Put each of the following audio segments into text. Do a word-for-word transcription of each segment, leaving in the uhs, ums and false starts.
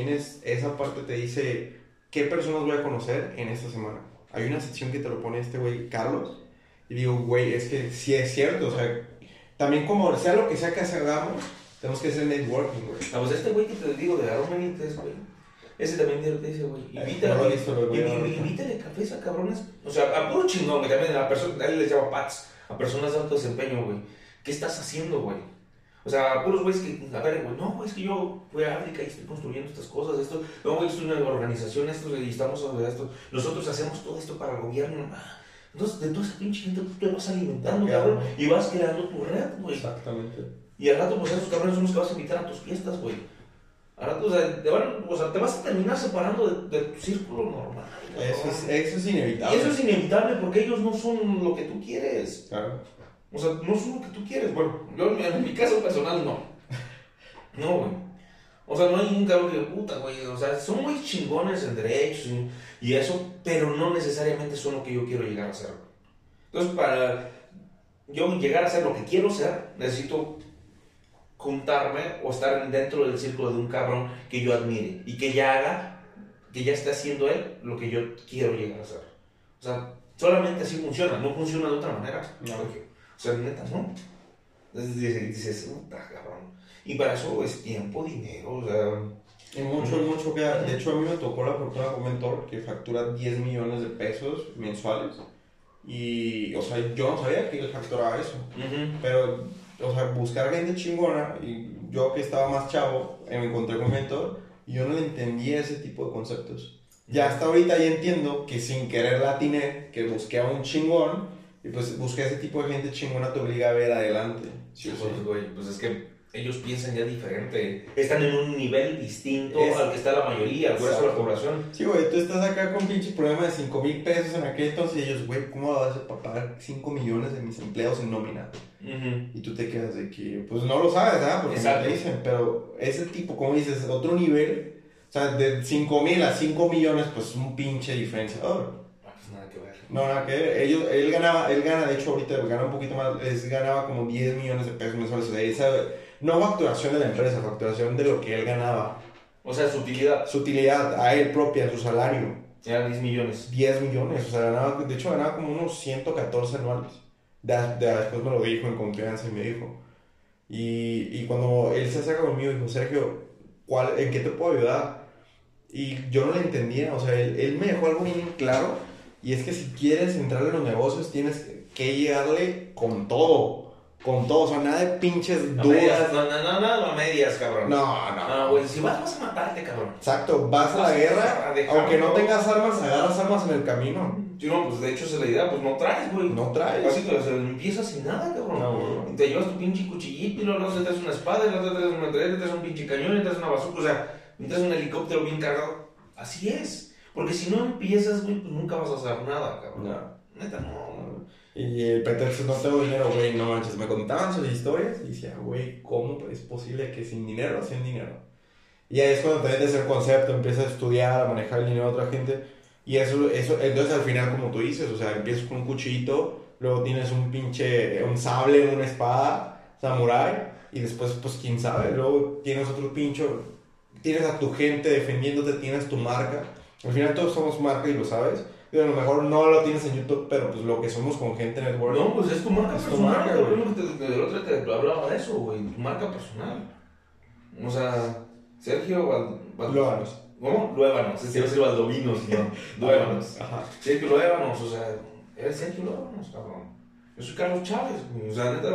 tienes esa parte, te dice qué personas voy a conocer en esta semana. Hay una sección que te lo pone este güey, Carlos, y digo, güey, es que sí es cierto, o sea, también como sea lo que sea que hagamos, tenemos que hacer networking, güey. Ah, pues este güey que te digo de Aroma Benítez, güey, ese también te dice, güey, invítale, no lo he visto, lo voy a ver. invítale cafés a cabrones, o sea, a puro chingón, que también a personas, a él les llama Pats, a personas de alto desempeño, güey. ¿Qué estás haciendo, güey? O sea, a puros güeyes que, a ver, güey, no, güey, es que yo fui a África y estoy construyendo estas cosas, esto, no, güey, estoy en una organización, esto, y estamos sobre esto, nosotros hacemos todo esto para el gobierno, ah. Entonces, de toda esa pinche gente tú te vas alimentando, Claro. cabrón, y vas creando tu red, güey. Exactamente. Y al rato, pues, esos cabrones son los que vas a invitar a tus fiestas, güey. Al rato, o sea, te, van, o sea, te vas a terminar separando de, de tu círculo normal. Eso es, eso es inevitable. Y eso es inevitable porque ellos no son lo que tú quieres. Claro. O sea, no son lo que tú quieres. Bueno, yo en mi caso personal no. No, güey. O sea, no hay un cabrón que puta, güey. O sea, son muy chingones en derechos y, y eso, pero no necesariamente son lo que yo quiero llegar a ser. Entonces, para yo llegar a ser lo que quiero ser, necesito juntarme o estar dentro del círculo de un cabrón que yo admire y que ya haga, que ya esté haciendo él lo que yo quiero llegar a ser. O sea, solamente así funciona, no funciona de otra manera. No. O sea, neta, ¿no? Entonces dices, puta, cabrón. Y para eso es tiempo, dinero, o sea... Y mucho, mucho que... De hecho, a mí me tocó la fortuna con un mentor que factura diez millones de pesos mensuales. Y, o sea, yo no sabía que él facturaba eso. Uh-huh. Pero, o sea, buscar gente chingona, y yo que estaba más chavo, me encontré con un mentor y yo no le entendía ese tipo de conceptos. Ya hasta ahorita ya entiendo que sin querer la atiné, que busqué a un chingón, y pues busqué a ese tipo de gente chingona, te obliga a ver adelante. Sí, pues, sí. Güey, pues es que ellos piensan ya diferente, están en un nivel distinto es, al que está la mayoría, al grueso de la población. Sí, güey, tú estás acá con pinche problema de cinco mil pesos en aquel entonces y ellos, güey, ¿cómo vas a pagar cinco millones de mis empleados en nómina? Uh-huh. Y tú te quedas de que, pues no lo sabes, ¿ah? Porque no te dicen, pero ese tipo, como dices, otro nivel, o sea, de cinco mil a cinco millones, pues un pinche diferenciador. Pues nada que ver. No, nada que ver. Ellos, él ganaba, él gana, de hecho ahorita gana un poquito más, es, ganaba como diez millones de pesos mensuales. O sea, esa, no facturación de la empresa, facturación de lo que él ganaba. O sea, su utilidad. Su utilidad, a él propia, su salario. Eran diez millones. diez millones, o sea, ganaba, de hecho ganaba como unos ciento catorce anuales. De, de, después me lo dijo en confianza y me dijo. Y, y cuando él se acerca conmigo, dijo, Sergio, ¿cuál, ¿en qué te puedo ayudar? Y yo no le entendía, o sea, él, él me dejó algo bien claro. Y es que si quieres entrar en los negocios, tienes que llegarle con todo. Con todo, o sea, nada de pinches no dudas. Medias, no, no, no, no, no medias, cabrón. No, no. No, güey, si vas, vas a matarte, cabrón. Exacto, vas a la guerra, aunque no tengas armas, agarras armas en el camino. Sí, no, pues de hecho esa es la idea, pues no traes, güey. No traes. Así que o sea, empiezas sin nada, cabrón. No, güey. Y te llevas tu pinche cuchillito y luego te traes una espada, y luego te traes una metralleta, te traes un pinche cañón, y te traes una bazooka, o sea, te traes un helicóptero bien cargado. Así es. Porque si no empiezas, güey, pues nunca vas a hacer nada, cabrón. No. Neta, no. Y el pretexto, no tengo dinero, güey, no manches. Me contaban sus historias y decía, güey, ¿cómo es posible que sin dinero, sin dinero? Y ahí es cuando te metes el concepto, empiezas a estudiar, a manejar el dinero de otra gente. Y eso, eso, entonces al final, como tú dices, o sea, empiezas con un cuchillito, luego tienes un pinche, un sable, una espada, samurái, y después, pues, quién sabe, luego tienes otro pincho, tienes a tu gente defendiéndote, tienes tu marca. Al final todos somos marca y lo sabes. Y a lo mejor no lo tienes en YouTube, pero pues lo que somos con gente network. No, pues es tu marca es personal. Tu marca, güey. El otro te hablaba de eso, güey. Tu marca personal. O sea, Sergio Val... Val... Luévanos. ¿Cómo? Luévanos. Es decir, Valdovinos, no. Luévanos. Ajá. Sergio Luévanos, o sea, eres Sergio Luévanos, cabrón. Yo soy Carlos Chávez, güey. O sea, neta,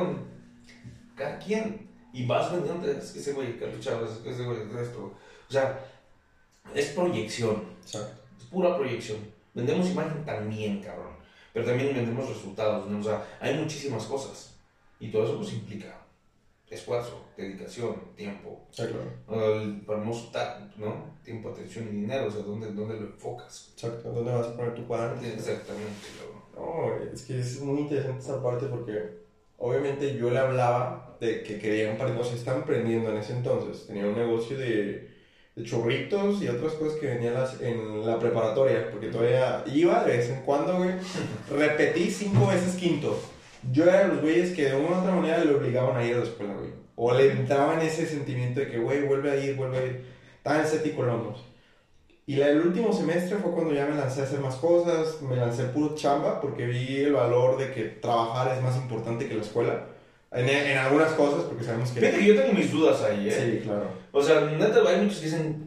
cada quien. Y vas vendiendo, es que ese güey, Carlos Chávez, es que ese güey, es esto. O sea, es proyección. Exacto. Es pura proyección. Vendemos imagen también, cabrón. Pero también vendemos resultados, ¿no? O sea, hay muchísimas cosas. Y todo eso pues implica esfuerzo, dedicación, tiempo. Sí, claro. El famoso T A C, ¿no? Tiempo, atención y dinero. O sea, ¿dónde, dónde lo enfocas? Exacto. ¿Dónde vas a poner tu cuadro? Exactamente, cabrón. No, es que es muy interesante esa parte porque obviamente yo le hablaba de que querían, o sea, estaba emprendiendo en ese entonces. Tenía un negocio de... de churritos y otras cosas que venían las, en la preparatoria, porque todavía iba de vez en cuando, güey. Repetí cinco veces quinto. Yo era de los güeyes que de una u otra manera le obligaban a ir a la escuela, güey. O le entraban ese sentimiento de que, güey, vuelve a ir, vuelve a ir. Estaba en CETI Columbus. Y la, el último semestre fue cuando ya me lancé a hacer más cosas, me lancé puro chamba porque vi el valor de que trabajar es más importante que la escuela. En, en algunas cosas, porque sabemos que... Fíjate que yo tengo mis dudas ahí, ¿eh? Sí, claro. O sea, neta, hay muchos que dicen,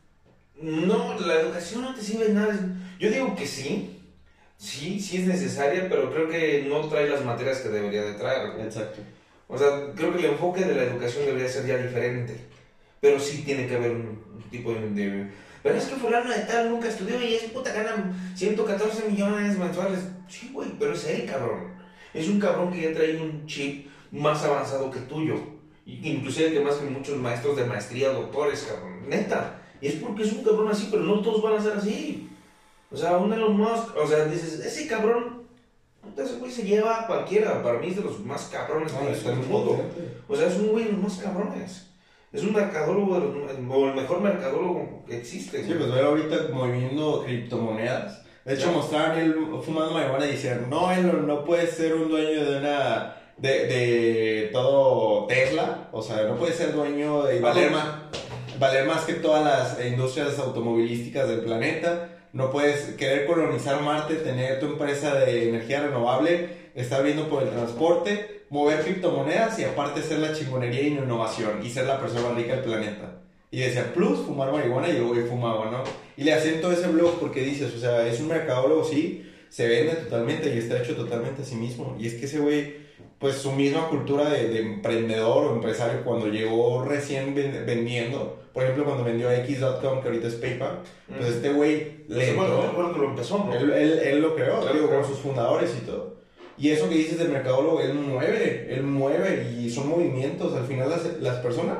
no, la educación no te sirve de nada. Yo digo que sí, sí, sí es necesaria, pero creo que no trae las materias que debería de traer. Exacto. O sea, creo que el enfoque de la educación debería ser ya diferente, pero sí tiene que haber un tipo de... de pero es que fulano de tal nunca estudió y ese puta gana ciento catorce millones mensuales. Sí, güey, pero es él, cabrón. Es un cabrón que ya trae un chip más avanzado que tuyo. Inclusive que más que muchos maestros de maestría, doctores, cabrón. Neta. Y es porque es un cabrón así, pero no todos van a ser así. O sea, un Elon Musk, o sea, dices, ese cabrón, ese güey se lleva a cualquiera. Para mí es de los más cabrones No, que hay está en el muy mundo. potente. O sea, es un güey de los más cabrones. Es un mercadólogo, de los, o el mejor mercadólogo que existe. Sí, pues ver ahorita moviendo criptomonedas. De hecho, mostraban él fumando marihuana y decían, no, él no puede ser un dueño de una... De, de todo Tesla. O sea, no puede ser dueño de valer más, valer más que todas las industrias automovilísticas del planeta. No puedes querer colonizar Marte, tener tu empresa de energía renovable, estar viendo por el transporte, mover criptomonedas y aparte ser la chingonería y innovación y ser la persona más rica del planeta. Y decía, plus, fumar marihuana, y yo güey fumaba, ¿no? Y le hacían todo ese blog porque dices, o sea, es un mercadólogo, sí, se vende totalmente y está hecho totalmente a sí mismo. Y es que ese güey, pues su misma cultura de, de emprendedor o empresario cuando llegó recién vendiendo, por ejemplo, cuando vendió a X punto com, que ahorita es PayPal, mm. pues este güey le entró. Bueno, que lo empezó, ¿no? Él, él, él lo creó, claro, digo, claro. con sus fundadores y todo. Y eso que dices del mercadólogo, él mueve, él mueve y son movimientos. Al final las, las personas,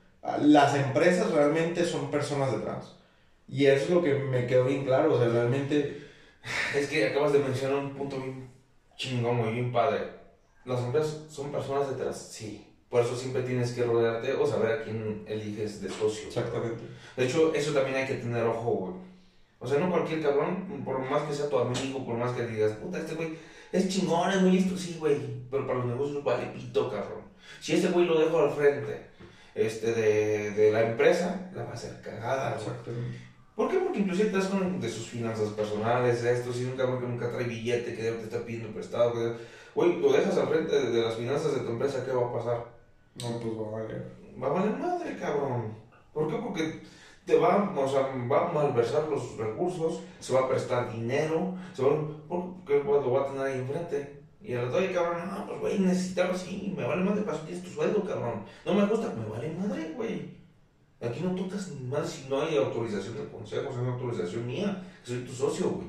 las empresas realmente son personas detrás. Y eso es lo que me quedó bien claro, o sea, realmente... Es que acabas de mencionar un punto bien chingón, muy bien padre. ¿Las empresas son personas detrás? Sí. Por eso siempre tienes que rodearte o saber a quién eliges de socio. Exactamente. De hecho, eso también hay que tener ojo, güey. O sea, no cualquier cabrón, por más que sea tu amigo, por más que digas, puta, este güey es chingón, es muy listo, sí, güey. Pero para los negocios vale pito, cabrón. Si este güey lo dejo al frente este, de, de la empresa, la va a hacer cagada. Exactamente. ¿Por qué? Porque inclusive te das cuenta de sus finanzas personales, esto, si es un cabrón que nunca trae billete, que te está pidiendo prestado, que... Güey, lo dejas al frente de, de las finanzas de tu empresa, ¿qué va a pasar? No, pues va a valer. Va a valer madre, cabrón. ¿Por qué? Porque te va, o sea, va a malversar los recursos, se va a prestar dinero, se va, porque lo va a tener ahí enfrente. Y al rato, oye, cabrón, no, pues güey, necesitaba así, me vale madre, para eso tienes tu sueldo, cabrón. No me gusta, me vale madre, güey. Aquí no tocas ni más si no hay autorización del consejo, si no hay autorización mía, que soy tu socio, güey.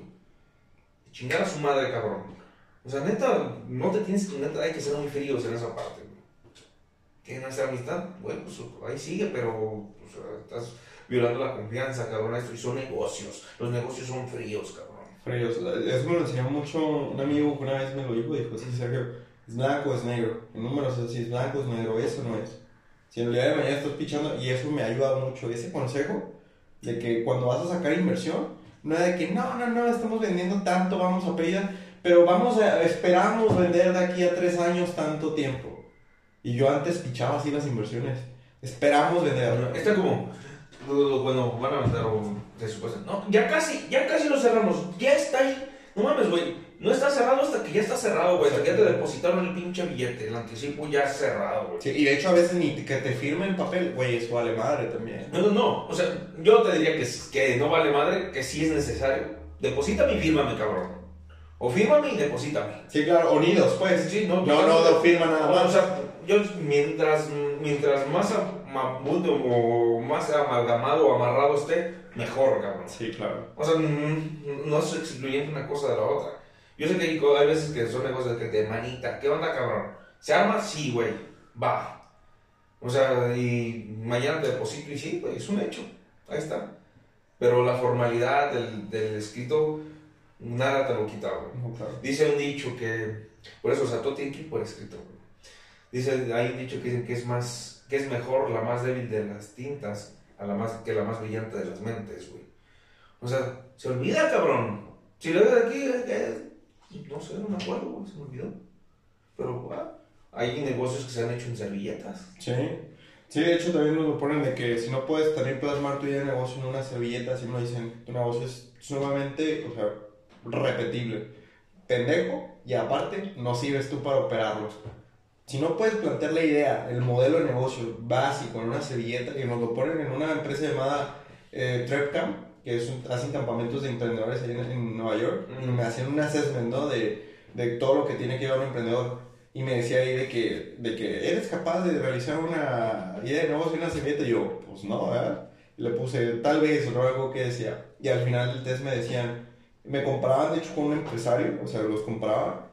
Chingar a su madre, cabrón. O sea, neta, no te tienes que, neta, hay que ser muy fríos en esa parte, güey. Que nuestra amistad, güey, pues ahí sigue, pero, o sea, estás violando la confianza, cabrón, esto, y son negocios. Los negocios son fríos, cabrón. Fríos. Eso me lo enseñó mucho un amigo que una vez me lo dijo, dijo, sí, Sergio, es blanco o es negro. En números es así, es blanco o es negro, eso no es. Si en realidad de mañana estás pichando, y eso me ha ayudado mucho, ese consejo, de que cuando vas a sacar inversión, no es de que, no, no, no, estamos vendiendo tanto, vamos a pedir, pero vamos a, esperamos vender de aquí a tres años tanto tiempo. Y yo antes pichaba así las inversiones, esperamos vender. Está como, bueno, van a vender de su cosa. No, ya casi, ya casi lo cerramos, ya está ahí. No mames, güey. No está cerrado hasta que ya está cerrado, güey. Hasta que ya te depositaron el pinche billete. El anticipo ya es cerrado, güey. Sí, y de hecho a veces ni que te firme el papel, güey, eso vale madre también. No, no, no. O sea, yo te diría que, que no vale madre, que sí es necesario. Deposítame y fírmame, cabrón. O fírmame y deposítame. Sí, claro, unidos, pues. Sí, no, no, no, no firma nada más. O sea, yo mientras, mientras más amabundo o más amalgamado o amarrado esté, mejor, cabrón. Sí, claro. O sea, no es excluyente una cosa de la otra. Yo sé que hay, hay veces que son negocios de, de manita. ¿Qué onda, cabrón? ¿Se arma? Sí, güey. Va. O sea, y mañana te deposito y sí, güey, es un hecho. Ahí está. Pero la formalidad del, del escrito, nada te lo quita, güey. No, claro. Dice un dicho que, por eso, o sea, todo tiene que ir por escrito, güey. Dice, hay un dicho que dicen que es más, que es mejor la más débil de las tintas a la más, que la más brillante de las mentes, güey. O sea, se olvida, cabrón. Si lo ves de aquí, eh, no sé, no me acuerdo, güey, se me olvidó. Pero, ah, hay negocios que se han hecho en servilletas. Sí. Sí, de hecho también nos lo ponen de que si no puedes también plasmar tu idea de negocio en una servilleta, así me lo dicen, tu negocio es sumamente, o sea, repetible, pendejo, y aparte no sirves tú para operarlos. Si no puedes plantear la idea, el modelo de negocio básico en una servilleta, que nos lo ponen en una empresa llamada eh, Trepcamp, que es un, hacen campamentos de emprendedores ahí en, en Nueva York, mm. y me hacían un assessment, ¿no? De, de todo lo que tiene que llevar un emprendedor. Y me decía ahí de que, de que eres capaz de realizar una idea de negocio en una servilleta. Y yo, pues no, ¿verdad? Y le puse tal vez, o no, algo que decía. Y al final del test me decían, me comparaban de hecho con un empresario, o sea, los comparaba,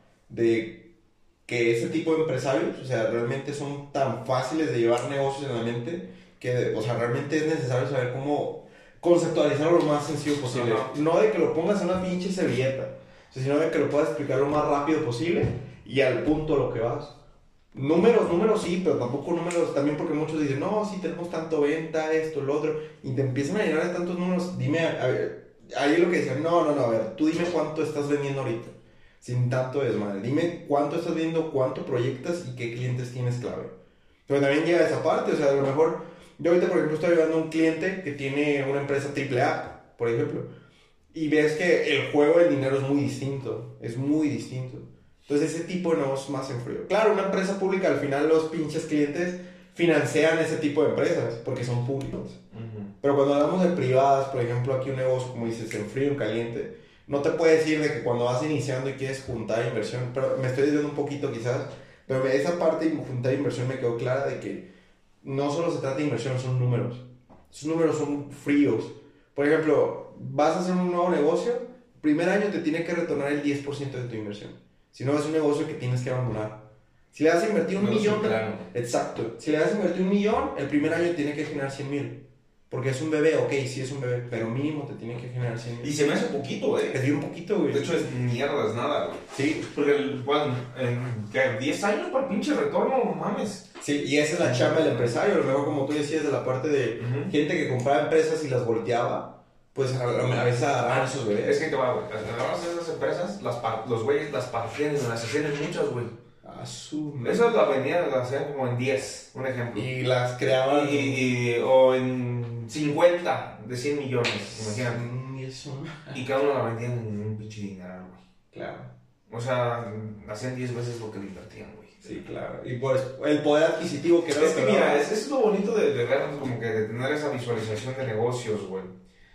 de que ese tipo de empresarios, o sea, realmente son tan fáciles de llevar negocios en la mente, que, o sea, realmente es necesario saber cómo conceptualizarlo lo más sencillo posible. Uh-huh. No de que lo pongas en una pinche servilleta, o sea, sino de que lo puedas explicar lo más rápido posible y al punto a lo que vas. Números, números sí, pero tampoco números también, porque muchos dicen, no, sí tenemos tanto venta, esto, lo otro, y te empiezan a llenar de tantos números. Dime, a ver, ahí es lo que decían, no, no, no, a ver, tú dime cuánto estás vendiendo ahorita, sin tanto desmadre. Dime cuánto estás vendiendo, cuánto proyectas y qué clientes tienes clave. Pero también llega esa parte, o sea, a lo mejor, yo ahorita por ejemplo estoy ayudando a un cliente que tiene una empresa triple A, por ejemplo, y ves que el juego del dinero es muy distinto, es muy distinto. Entonces ese tipo de negocios más en frío. Claro, una empresa pública, al final los pinches clientes financian ese tipo de empresas porque son públicos. Uh-huh. Pero cuando hablamos de privadas, por ejemplo, aquí un negocio, como dices, en frío, en caliente, no te puede decir de que cuando vas iniciando y quieres juntar inversión, pero me estoy diciendo un poquito quizás, pero esa parte de juntar inversión me quedó clara de que no solo se trata de inversión, son números. Esos números son fríos. Por ejemplo, vas a hacer un nuevo negocio, primer año te tiene que retornar el diez por ciento de tu inversión. Si no, es un negocio que tienes que abandonar. Si le vas a invertir un millón... Claro. Exacto. Si le vas a invertir un millón, el primer año tiene que generar cien mil. Porque es un bebé, ok, sí es un bebé, pero mínimo te tiene que generar cien mil. Y se me hace poquito, eh. Es bien poquito, güey. De hecho, es mierda, es nada, güey. Sí. Porque, bueno, en ¿qué? diez años para el pinche retorno, no mames. Sí, y esa es la chamba del empresario. A lo mejor, como tú decías, de la parte de uh-huh. gente que compraba empresas y las volteaba. Pues a, a veces agarran esos bebés. Es que te va, güey. Agarras esas empresas, las par, los güeyes las partían en las hacían en muchas, güey. Ah, su... Esas las vendían, las hacían como en diez, un ejemplo. Y las creaban. Y, y, o en cincuenta de cien millones, imagínate. Y eso. Y cada una la vendían en un pinche dinero, güey. Claro. O sea, hacían diez veces lo que le invertían, güey. Sí, claro. Y pues el poder adquisitivo que era. Es que mira, es, es lo bonito de, de ver, como que de tener esa visualización de negocios, güey.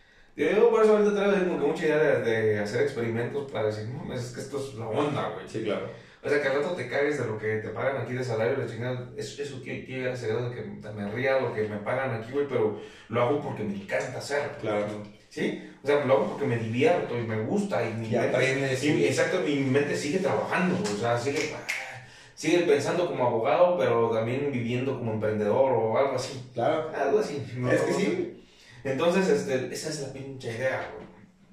Yo por eso ahorita traigo como que mucha idea de, de hacer experimentos para decir, no, es que esto es la onda, güey. Sí, claro. O sea, que al rato te cagues de lo que te pagan aquí de salario, de chingada. Eso, eso quiero llegar a ese grado de que me ría lo que me pagan aquí, güey, pero lo hago porque me encanta hacerlo. Claro. ¿Sí? O sea, lo hago porque me divierto y me gusta y mi, ya mente, y, exacto, mi mente sigue trabajando, güey. O sea, sigue, sigue pensando como abogado, pero también viviendo como emprendedor o algo así. Claro. Algo así. ¿No? Es que sí. Entonces, este, esa es la pinche idea, güey.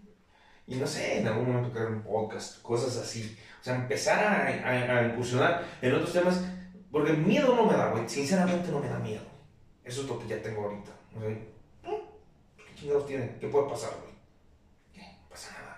Y no sé, en algún momento crear un podcast, cosas así. O sea, empezar a, a, a incursionar en otros temas, porque miedo no me da, güey. Sinceramente no me da miedo. Eso es lo que ya tengo ahorita. O sea, ¿qué chingados tiene? ¿Qué puede pasar, güey? ¿Qué? No pasa nada.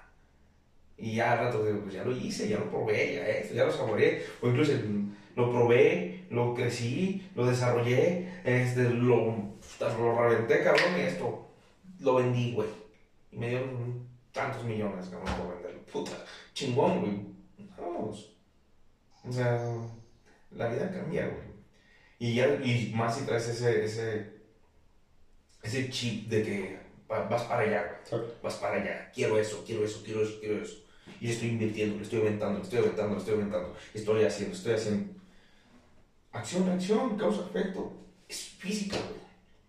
Y ya al rato digo, pues ya lo hice, ya lo probé, ya esto, ya lo saboreé. O incluso lo probé, lo crecí, lo desarrollé, este, lo... lo reventé, cabrón, y esto lo vendí, güey. Y me dieron tantos millones, cabrón, por venderlo. Puta, chingón, güey. Vamos. O sea, la vida cambia, güey. Y ya, y más si traes ese, ese, ese chip de que vas para allá, güey. Vas para allá. Quiero eso, quiero eso, quiero eso, quiero eso. Y estoy invirtiendo, le estoy aventando, le estoy aventando, le estoy aventando. Estoy haciendo, estoy haciendo. Acción, reacción, causa, efecto. Es física, güey.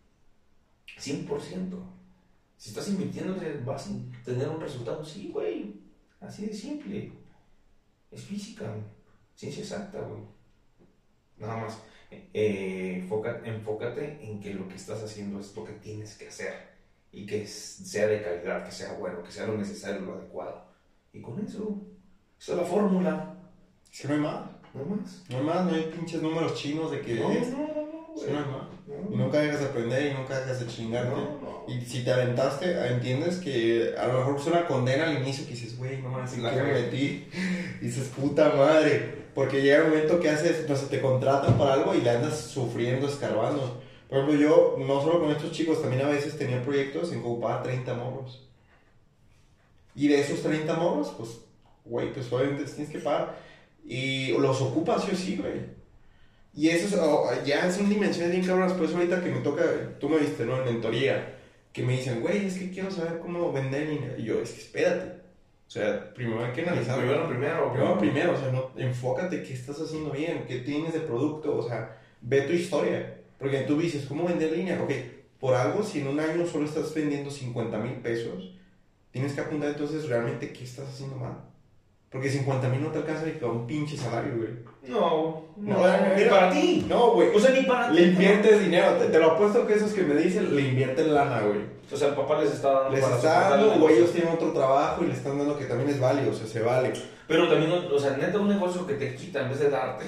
cien por ciento. Si estás invirtiendo, vas a tener un resultado. Sí, güey. Así de simple. Es física. Ciencia exacta, güey. Nada más. Eh, enfócate, enfócate en que lo que estás haciendo es lo que tienes que hacer. Y que sea de calidad, que sea bueno, que sea lo necesario, lo adecuado. Y con eso, esa es la fórmula. Es que no hay más. No hay más. No hay más, no hay pinches números chinos de que... No, es... no, no. Sí, no, no. Y nunca dejas de aprender y nunca dejas de chingarte. No, no. Y si te aventaste, entiendes que a lo mejor es una condena al inicio que dices, güey, no mames, ¿en qué me metí? Y dices, puta madre. Porque llega un momento que haces, no sé, te contratan para algo y le andas sufriendo, escarbando. Por ejemplo, yo, no solo con estos chicos, también a veces tenía proyectos en que ocupaba treinta morros. Y de esos treinta morros, pues, güey, pues obviamente les tienes que pagar. Y los ocupas sí o sí, güey. Y eso es, oh, ya son dimensiones bien cabronas. Por eso ahorita que me toca, tú me viste, ¿no? En mentoría, que me dicen, güey, es que quiero saber cómo vender en línea. Y yo, es que espérate. O sea, primero hay que analizar. Primero, primero. Primero, primero, o sea, no, enfócate qué estás haciendo bien, qué tienes de producto, o sea, ve tu historia. Porque tú dices, ¿cómo vender en línea? Ok, por algo, si en un año solo estás vendiendo cincuenta mil pesos, tienes que apuntar entonces realmente qué estás haciendo mal. Porque cincuenta mil no te alcanza ni para un pinche salario, güey. No, no, no ni para ti. No, güey. O sea, ni para ti. Le inviertes dinero, te, te lo apuesto que esos que me dicen, le invierten lana, güey. O sea, el papá les está dando. Les para está dando, o ellos tienen otro trabajo y le están dando que también es válido, o sea, se vale. Pero también, o sea, neta, un negocio que te quita en vez de darte,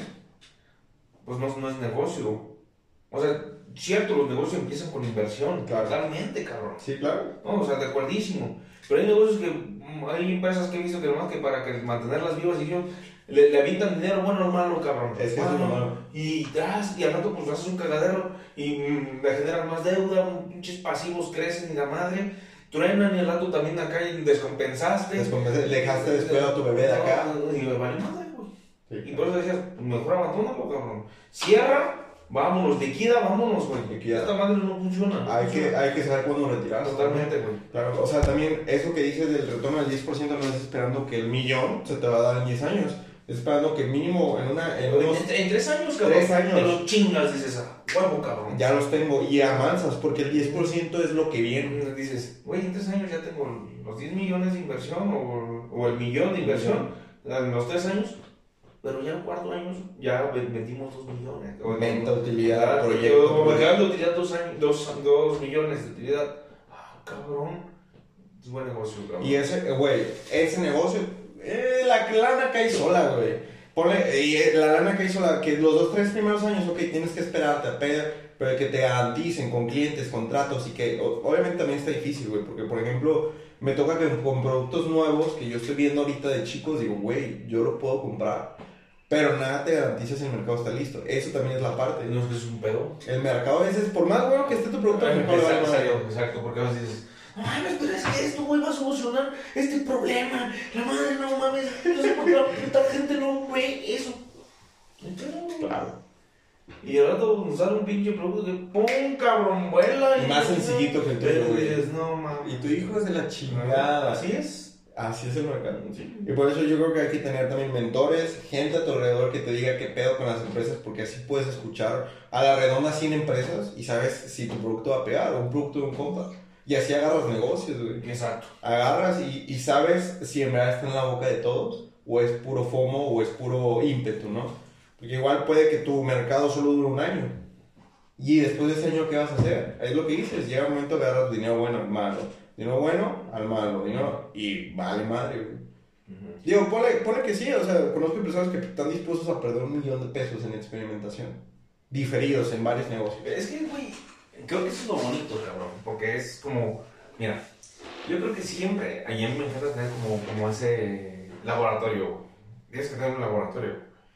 pues no, no es negocio. O sea, cierto, los negocios empiezan con inversión, claro. Claramente, cabrón. Sí, claro. No, o sea, de acuerdísimo. Pero hay negocios que, hay empresas que he visto que nomás que para que mantenerlas vivas y yo, le, le avientan dinero bueno o malo, cabrón. Es que bueno, es lo malo. Y tras, y al rato pues haces un cagadero y mm, le generan más deuda, pinches pasivos crecen y la madre, truenan y al rato también acá descompensaste. Descompensaste, dejaste después a tu bebé de acá. No, y me vale madre, güey. Sí, y por eso decías, pues mejor abandónalo, cabrón. Cierra. Vámonos, liquida, vámonos, güey. Liquida. Esta madre no funciona. No hay, funciona. que, hay que saber cuándo retirarse. Totalmente, güey. Claro, o sea, también eso que dices del retorno del diez por ciento no es esperando que el millón se te va a dar en diez años. Es esperando que mínimo en una... En, En, unos, en tres años, cabrón. Tres años. Te los chingas, dices, a huevo, cabrón. ya los tengo y amansas porque el diez por ciento es lo que viene. Dices, güey, en tres años ya tengo los diez millones de inversión o, o el millón de inversión en los tres años. Pero ya en cuatro años ya metimos dos millones. Venta, utilidad, o, proyecto. O me quedan de utilidad dos, años, dos, dos millones de utilidad. Ah, cabrón. Es buen negocio, cabrón. Y ese, güey, ese negocio, eh, la lana cae sola, güey. Ponle, y eh, la lana cae sola, que los dos, tres primeros años, ok, tienes que esperarte a pedir, pero que te garanticen con clientes, contratos y que, o, obviamente también está difícil, güey, porque por ejemplo, me toca que con productos nuevos que yo estoy viendo ahorita de chicos, digo, güey, yo lo puedo comprar. Pero nada te garantiza si el mercado está listo. Eso también es la parte. No es que es un pedo. El mercado a veces, por más bueno que esté tu producto, el mercado Exacto, va a exacto, exacto, porque a veces dices, no mames, pero es que esto, güey, va a solucionar este problema. La madre, no mames, no sé por qué la puta gente no ve eso. Claro. Y al rato nos sale un pinche producto que ¡pum, cabrón! Vuela. Y más sencillito que el tuyo, güey. Dices, no mames. Y tu hijo es de la chingada. Así es. Así es el mercado, sí. Y por eso yo creo que hay que tener también mentores, gente a tu alrededor que te diga qué pedo con las empresas, porque así puedes escuchar a la redonda cien empresas y sabes si tu producto va a pegar o un producto de un compa. Y así agarras negocios, güey. Exacto. Agarras y, y sabes si en verdad está en la boca de todos o es puro FOMO o es puro ímpetu, ¿no? Porque igual puede que tu mercado solo dure un año. Y después de ese año, ¿qué vas a hacer? Es lo que dices, llega un momento que agarras dinero bueno, malo. Dinero bueno al malo, dinero y vale madre, güey. Uh-huh. Digo, ponle, ponle que sí, o sea, conozco empresarios que están dispuestos a perder un millón de pesos en experimentación. Diferidos en varios negocios. Es que, güey, creo que eso es lo bonito, cabrón, porque es como, mira, yo creo que siempre, a mí me encanta tener como, como ese laboratorio, güey. Tienes que tener un laboratorio.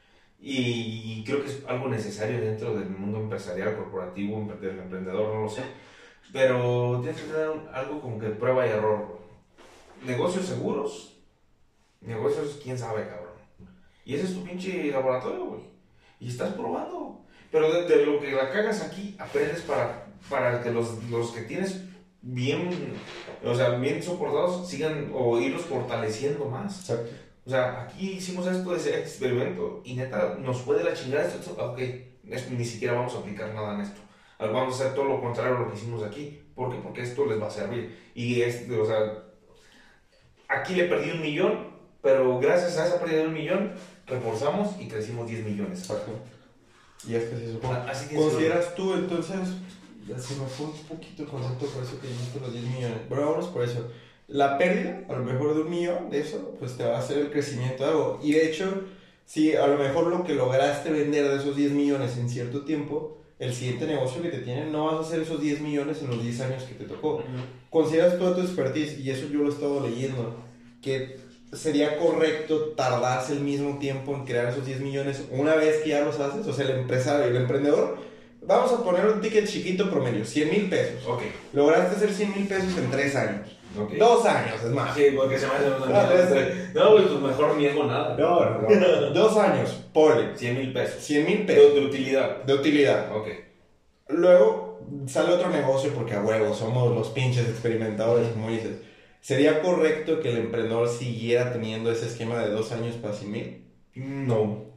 Y, y creo que es algo necesario dentro del mundo empresarial, corporativo, del emprendedor, no lo sé. Pero tienes que tener algo como que prueba y error. Negocios seguros, negocios quién sabe, cabrón. Y ese es tu pinche laboratorio, güey. Y estás probando. Pero de, de lo que la cagas aquí, aprendes para, para que los, los que tienes bien, o sea, bien soportados sigan o irlos fortaleciendo más. Exacto. O sea, aquí hicimos esto de ese experimento y neta nos fue de la chingada esto, esto ok, esto, ni siquiera vamos a aplicar nada en esto. Vamos a hacer todo lo contrario a lo que hicimos aquí. ¿Por qué? Porque esto les va a servir. Y es, o sea, aquí le perdí un millón, pero gracias a esa pérdida de un millón, reforzamos y crecimos diez millones. Exacto. Y es que se supone. Así que ¿Consideras tú entonces? Ya se me fue un poquito el concepto por eso que dijiste los diez millones. Pero vámonos por eso. La pérdida, a lo mejor de un millón de eso, pues te va a hacer el crecimiento de algo. Y de hecho, si a lo mejor lo que lograste vender de esos diez millones en cierto tiempo, el siguiente negocio que te tienen no vas a hacer esos diez millones en los diez años que te tocó. Uh-huh. Consideras toda tu expertise, y eso yo lo he estado leyendo, que sería correcto tardarse el mismo tiempo en crear esos diez millones una vez que ya los haces. O sea, el empresario, el emprendedor, vamos a poner un ticket chiquito promedio, cien mil pesos. Ok. Lograste hacer cien mil pesos en tres años. Okay. Dos años, es más. Sí, porque se me hace una No, mierda. No, güey, pues mejor niego nada. No, no, no. Dos años, ponle. cien mil pesos. cien mil De, pesos. de utilidad. De utilidad. Ok. Luego sale otro negocio porque a huevo somos los pinches experimentadores, como dices. ¿Sería correcto que el emprendedor siguiera teniendo ese esquema de dos años para cien mil? No.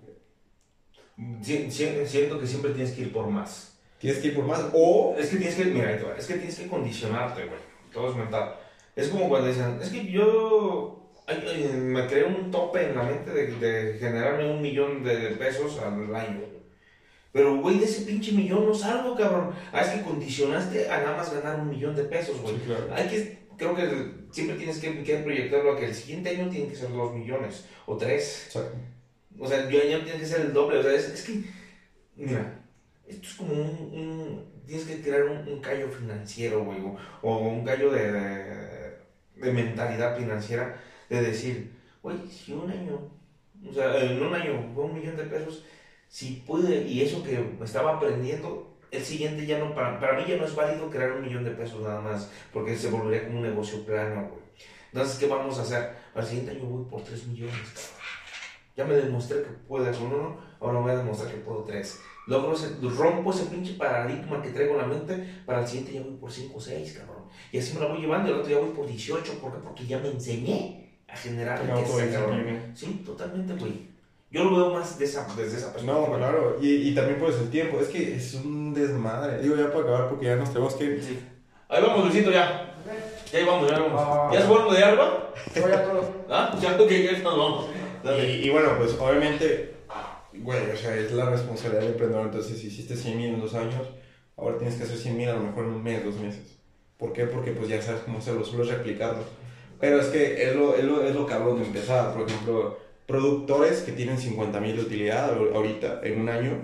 Si- si- Siento que siempre tienes que ir por más. ¿Tienes que ir por más? O... Es que tienes que, mira, ahí te va, es que tienes que condicionarte, güey. Todo es mental. Es como cuando dicen, es que yo ay, ay, me creé un tope en la mente de, de generarme un millón de pesos al año. Pero, güey, de ese pinche millón no salgo, cabrón. Ah, es que condicionaste a nada más ganar un millón de pesos, güey. Sí, claro. Hay que, creo que siempre tienes que, que proyectarlo a que el siguiente año tiene que ser dos millones o tres. Exacto. O sea, el año tiene que ser el doble. O sea, es, es que, mira, esto es como un, un tienes que crear un, un callo financiero, güey, o, o un callo de, de, de mentalidad financiera, de decir, güey, si un año, o sea, en un año fue un millón de pesos, si pude, y eso que estaba aprendiendo, el siguiente ya no, para, para mí ya no es válido crear un millón de pesos nada más, porque se volvería como un negocio plano, güey. Entonces, ¿qué vamos a hacer? Para el siguiente año voy por tres millones, cabrón. Ya me demostré que puedo hacer uno, ahora voy a demostrar que puedo tres. Logro ese, rompo ese pinche paradigma que traigo en la mente, para el siguiente ya voy por cinco o seis, cabrón. Y así me la voy llevando, y el otro día voy por dieciocho, ¿por qué? Porque ya me enseñé a generar No, riqueza, pues, cabrón. sí. Sí, totalmente, güey. Yo lo veo más de esa, desde esa perspectiva. No, claro. Y, y también pues el tiempo. Es que es un desmadre. Digo, ya para acabar porque ya nos tenemos que ir. Sí. Ahí vamos, Luisito, ya. Ya ahí vamos, ya vamos. Ah. ¿Ya es bueno de Alba? Voy a todos. ¿Ah? Ya, ok, ya nos vamos. Dale. Y, y bueno, pues obviamente, güey, o sea, es la responsabilidad del emprendedor. Entonces, si hiciste cien mil en dos años, ahora tienes que hacer cien mil a lo mejor en un mes, dos meses. ¿Por qué? Porque pues ya sabes cómo hacerlo, solo es replicarlo. Pero es que es lo, es lo, es lo que hablo de empezar. Por ejemplo, productores que tienen cincuenta mil de utilidad ahorita, en un año,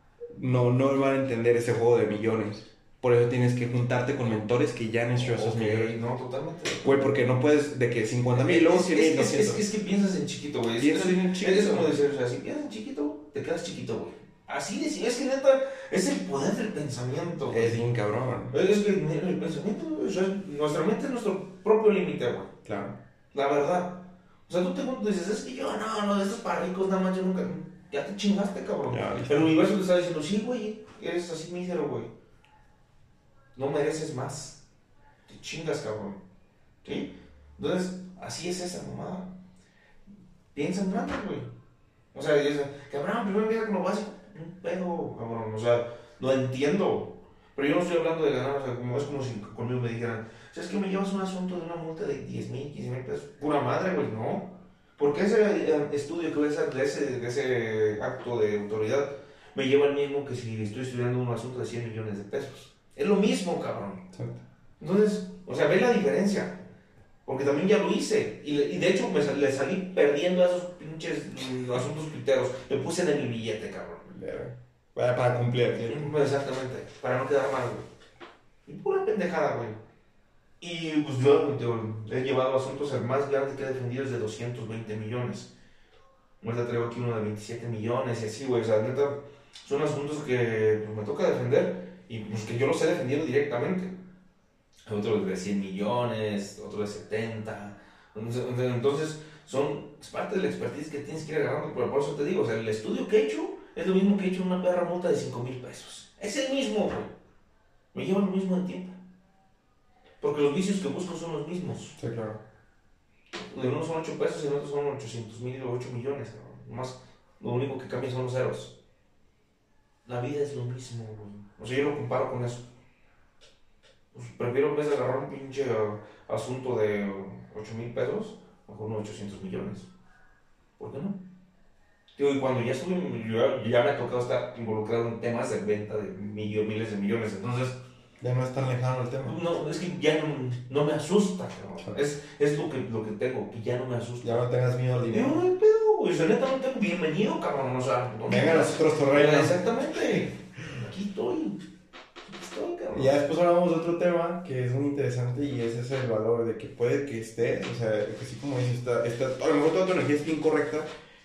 no, no van a entender ese juego de millones. Por eso tienes que juntarte con mentores que ya han hecho esos Okay, millones. no, totalmente. Güey, porque no puedes de que cincuenta mil, luego Es, cien es, mil, es, es, doscientos. es que piensas en chiquito, güey. Es, Piensas es, en chiquito. es como decir, o sea, si piensas en chiquito, te quedas chiquito, güey. Así de es que neta, es el poder del pensamiento, güey. Es bien cabrón. Es que el pensamiento, o sea, nuestra mente es nuestro propio límite, güey. Claro. La verdad. O sea, tú te tú dices, es que yo no, no, esto es para ricos, nada más, yo nunca. Ya te chingaste, cabrón. Ya, listo. El universo te está diciendo, sí, güey, eres así mísero, güey. No mereces más. Te chingas, cabrón. ¿Sí? Entonces, así es esa mamada. Piensa en grande, güey. O sea, dice, cabrón, primero empieza con lo básico. Un pedo, cabrón. O sea, lo entiendo. Pero yo no estoy hablando de ganar, o sea, como, es como si conmigo me dijeran, ¿sabes que me llevas un asunto de una multa de diez mil, quince mil pesos? Pura madre, güey, no. Porque ese eh, estudio que voy a hacer de ese, de ese acto de autoridad me lleva al mismo que si estoy estudiando un asunto de cien millones de pesos. Es lo mismo, cabrón. Exacto. Entonces, o sea, ve la diferencia. Porque también ya lo hice. Y, y de hecho, me sal, le salí perdiendo a esos pinches mm, asuntos piteros. Le puse de mi billete, cabrón. Para, para cumplir. ¿Sí? Exactamente. Para no quedar mal, güey. Y pura pendejada, güey. Y pues yo, yo he llevado asuntos, el más grande que he defendido es de doscientos veinte millones. Ahorita traigo aquí uno de veintisiete millones y así, güey. O sea, neta, son asuntos que pues, me toca defender y pues que yo los he defendido directamente. Hay otros de cien millones, otro de setenta. Entonces, son, es parte de la expertise que tienes que ir agarrando. Pero por eso te digo, o sea, el estudio que he hecho es lo mismo que he hecho una perra multa de cinco mil pesos. Es el mismo, güey. Me lleva lo mismo en tiempo. Porque los vicios que busco son los mismos. Sí, claro. De unos son ocho pesos y de otros son ochocientos mil o ocho millones. ¿No? Más, lo único que cambia son los ceros. La vida es lo mismo, güey. O sea, yo lo comparo con eso. Pues prefiero en vez de agarrar un pinche uh, asunto de ocho mil pesos, mejor unos ochocientos millones. ¿Por qué no? Digo, y cuando ya estuve, ya, ya me ha tocado estar involucrado en temas de venta de millones, miles de millones, entonces... Ya no es tan lejano el tema. No, es que ya no, no me asusta, cabrón. Es, es lo, que, lo que tengo, que ya no me asusta. Ya no tengas miedo al dinero. Yo no hay pedo, güey. O sea, neta no tengo bienvenido, cabrón. O sea, ¿dónde Venga, estás? nosotros tu reino. Exactamente. Aquí estoy. Aquí estoy, cabrón. Y ya después hablamos de otro tema que es muy interesante y ese es el valor de que puede que estés, o sea, que sí como dices, está, está, a lo mejor toda tu energía es incorrecta,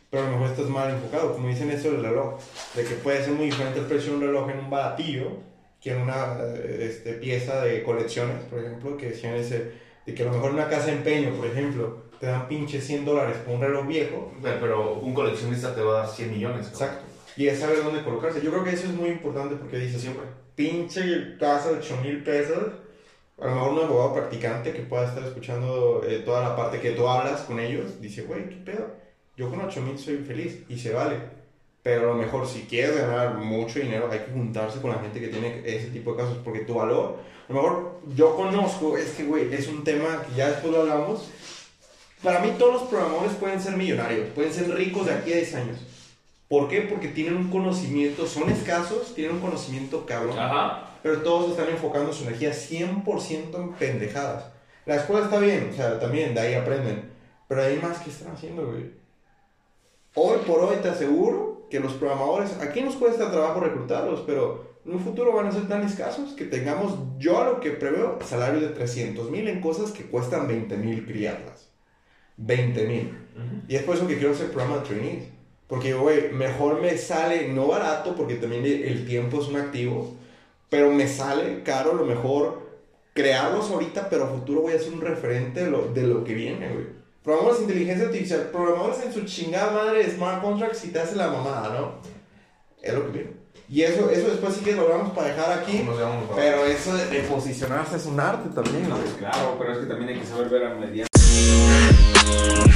pero a lo mejor estás mal enfocado, como dicen eso del reloj, de que puede ser muy diferente el precio de un reloj en un baratillo que en una este, pieza de colecciones, por ejemplo, que decían ese, de que a lo mejor en una casa de empeño, por ejemplo, te dan pinche cien dólares por un reloj viejo. Pero, pero un coleccionista te va a dar cien millones. ¿No? Exacto. Y es saber dónde colocarse. Yo creo que eso es muy importante porque dice siempre, pinche casa de ocho mil pesos. A lo mejor un abogado practicante que pueda estar escuchando eh, toda la parte que tú hablas con ellos, dice, güey, ¿qué pedo? Yo con ocho mil soy feliz y se vale. Pero a lo mejor si quieres ganar mucho dinero hay que juntarse con la gente que tiene ese tipo de casos porque tu valor, a lo mejor yo conozco, es que, güey, es un tema que ya después lo hablamos. Para mí todos los programadores pueden ser millonarios, pueden ser ricos de aquí a diez años. ¿Por qué? Porque tienen un conocimiento, son escasos, tienen un conocimiento cabrón. Ajá. Pero todos están enfocando su energía cien por ciento en pendejadas. La escuela está bien, o sea, también de ahí aprenden. Pero hay más que están haciendo, güey. Hoy por hoy te aseguro que los programadores, aquí nos cuesta trabajo reclutarlos, pero en un futuro van a ser tan escasos que tengamos, yo a lo que preveo, salarios de trescientos mil en cosas que cuestan veinte mil criarlas. veinte mil. Uh-huh. Y es por eso que quiero hacer programa de trainees. Porque, güey, mejor me sale, no barato, porque también el tiempo es un activo, pero me sale caro, a lo mejor crearlos ahorita, pero a futuro voy a ser un referente de lo, de lo que viene, güey. Programadores de inteligencia artificial, programadores en su chingada madre de smart contracts y te hace la mamada, ¿no? Es lo que viene. Y eso, eso después sí que lo vamos para dejar aquí, pero eso de, de posicionarse es un arte también, ¿no? Claro, pero es que también hay que saber ver a mediano.